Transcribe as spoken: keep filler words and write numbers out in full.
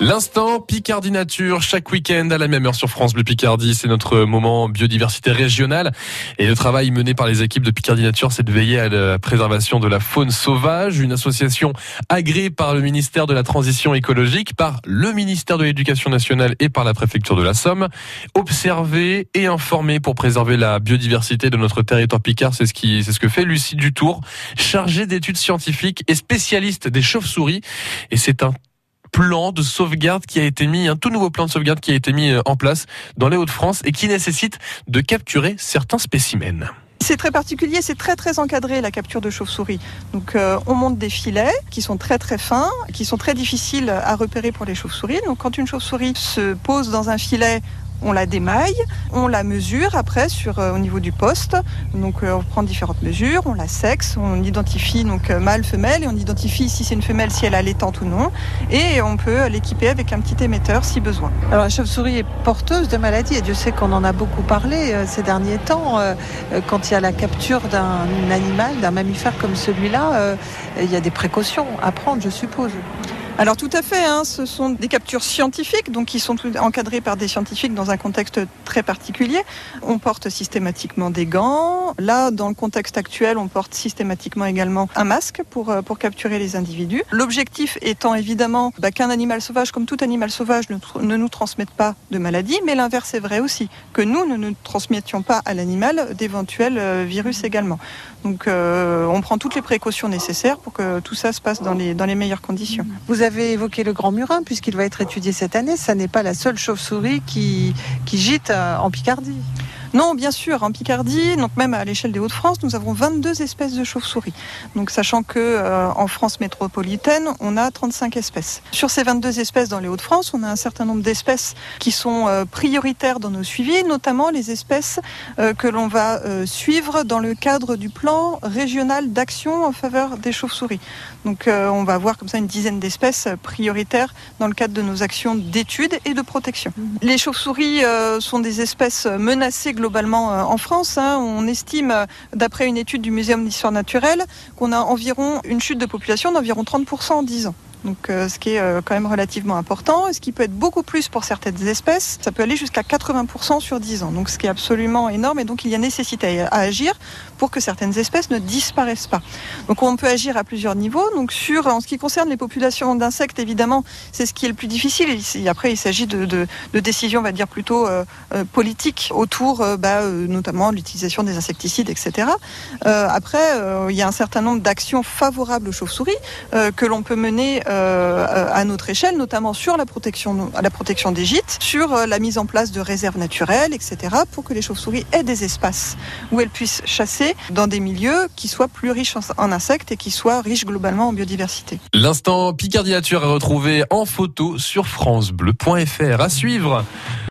L'instant Picardie Nature, chaque week-end à la même heure sur France Bleu Picardie, c'est notre moment biodiversité régionale. Et le travail mené par les équipes de Picardie Nature, c'est de veiller à la préservation de la faune sauvage, une association agréée par le ministère de la Transition écologique, par le ministère de l'Éducation nationale et par la préfecture de la Somme. Observer et informer pour préserver la biodiversité de notre territoire picard, c'est ce qui, c'est ce que fait Lucie Dutour, chargée d'études scientifiques et spécialiste des chauves-souris. Et c'est un plan de sauvegarde qui a été mis, un tout nouveau plan de sauvegarde qui a été mis en place dans les Hauts-de-France et qui nécessite de capturer certains spécimens. C'est très particulier, c'est très très encadré la capture de chauves-souris. Donc euh, on monte des filets qui sont très très fins, qui sont très difficiles à repérer pour les chauves-souris. Donc quand une chauve-souris se pose dans un filet, on la démaille, on la mesure après sur euh, au niveau du poste. Donc euh, on prend différentes mesures, on la sexe, on identifie donc euh, mâle, femelle et on identifie si c'est une femelle, si elle est allaitante ou non. Et on peut l'équiper avec un petit émetteur si besoin. Alors la chauve-souris est porteuse de maladies et Dieu sait qu'on en a beaucoup parlé euh, ces derniers temps. Euh, quand il y a la capture d'un animal, d'un mammifère comme celui-là, euh, il y a des précautions à prendre, je suppose. Alors tout à fait, hein, ce sont des captures scientifiques, donc qui sont encadrées par des scientifiques dans un contexte très particulier. On porte systématiquement des gants. Là, dans le contexte actuel, on porte systématiquement également un masque pour, pour capturer les individus. L'objectif étant évidemment bah, qu'un animal sauvage, comme tout animal sauvage, ne, ne nous transmette pas de maladie, mais l'inverse est vrai aussi, que nous ne nous transmettions pas à l'animal d'éventuels euh, virus également. Donc euh, on prend toutes les précautions nécessaires pour que tout ça se passe dans les, dans les meilleures conditions. Vous avez évoqué le grand murin puisqu'il va être étudié cette année. Ça n'est pas la seule chauve-souris qui, qui gîte en Picardie. Non, bien sûr, en Picardie, donc même à l'échelle des Hauts-de-France, nous avons vingt-deux espèces de chauves-souris. Donc sachant que euh, en France métropolitaine, on a trente-cinq espèces. Sur ces vingt-deux espèces dans les Hauts-de-France, on a un certain nombre d'espèces qui sont euh, prioritaires dans nos suivis, notamment les espèces euh, que l'on va euh, suivre dans le cadre du plan régional d'action en faveur des chauves-souris. Donc euh, on va avoir comme ça une dizaine d'espèces prioritaires dans le cadre de nos actions d'études et de protection. Les chauves-souris euh, sont des espèces menacées globalement euh, en France. Hein. On estime, euh, d'après une étude du Muséum d'histoire naturelle, qu'on a environ une chute de population d'environ trente pour cent en dix ans. Donc, euh, ce qui est euh, quand même relativement important, et ce qui peut être beaucoup plus pour certaines espèces, ça peut aller jusqu'à quatre-vingts pour cent sur dix ans. Donc, ce qui est absolument énorme, et donc il y a nécessité à, à agir pour que certaines espèces ne disparaissent pas. Donc, on peut agir à plusieurs niveaux. Donc, sur, en ce qui concerne les populations d'insectes, évidemment, c'est ce qui est le plus difficile. Et après, il s'agit de, de, de décisions, on va dire plutôt euh, euh, politiques autour, euh, bah, euh, notamment l'utilisation des insecticides, et cetera. Euh, après, euh, il y a un certain nombre d'actions favorables aux chauves-souris euh, que l'on peut mener Euh, à notre échelle, notamment sur la protection, la protection des gîtes, sur la mise en place de réserves naturelles, et cetera, pour que les chauves-souris aient des espaces où elles puissent chasser dans des milieux qui soient plus riches en insectes et qui soient riches globalement en biodiversité. L'instant Picardie Nature est retrouvé en photo sur francebleu point fr. À suivre.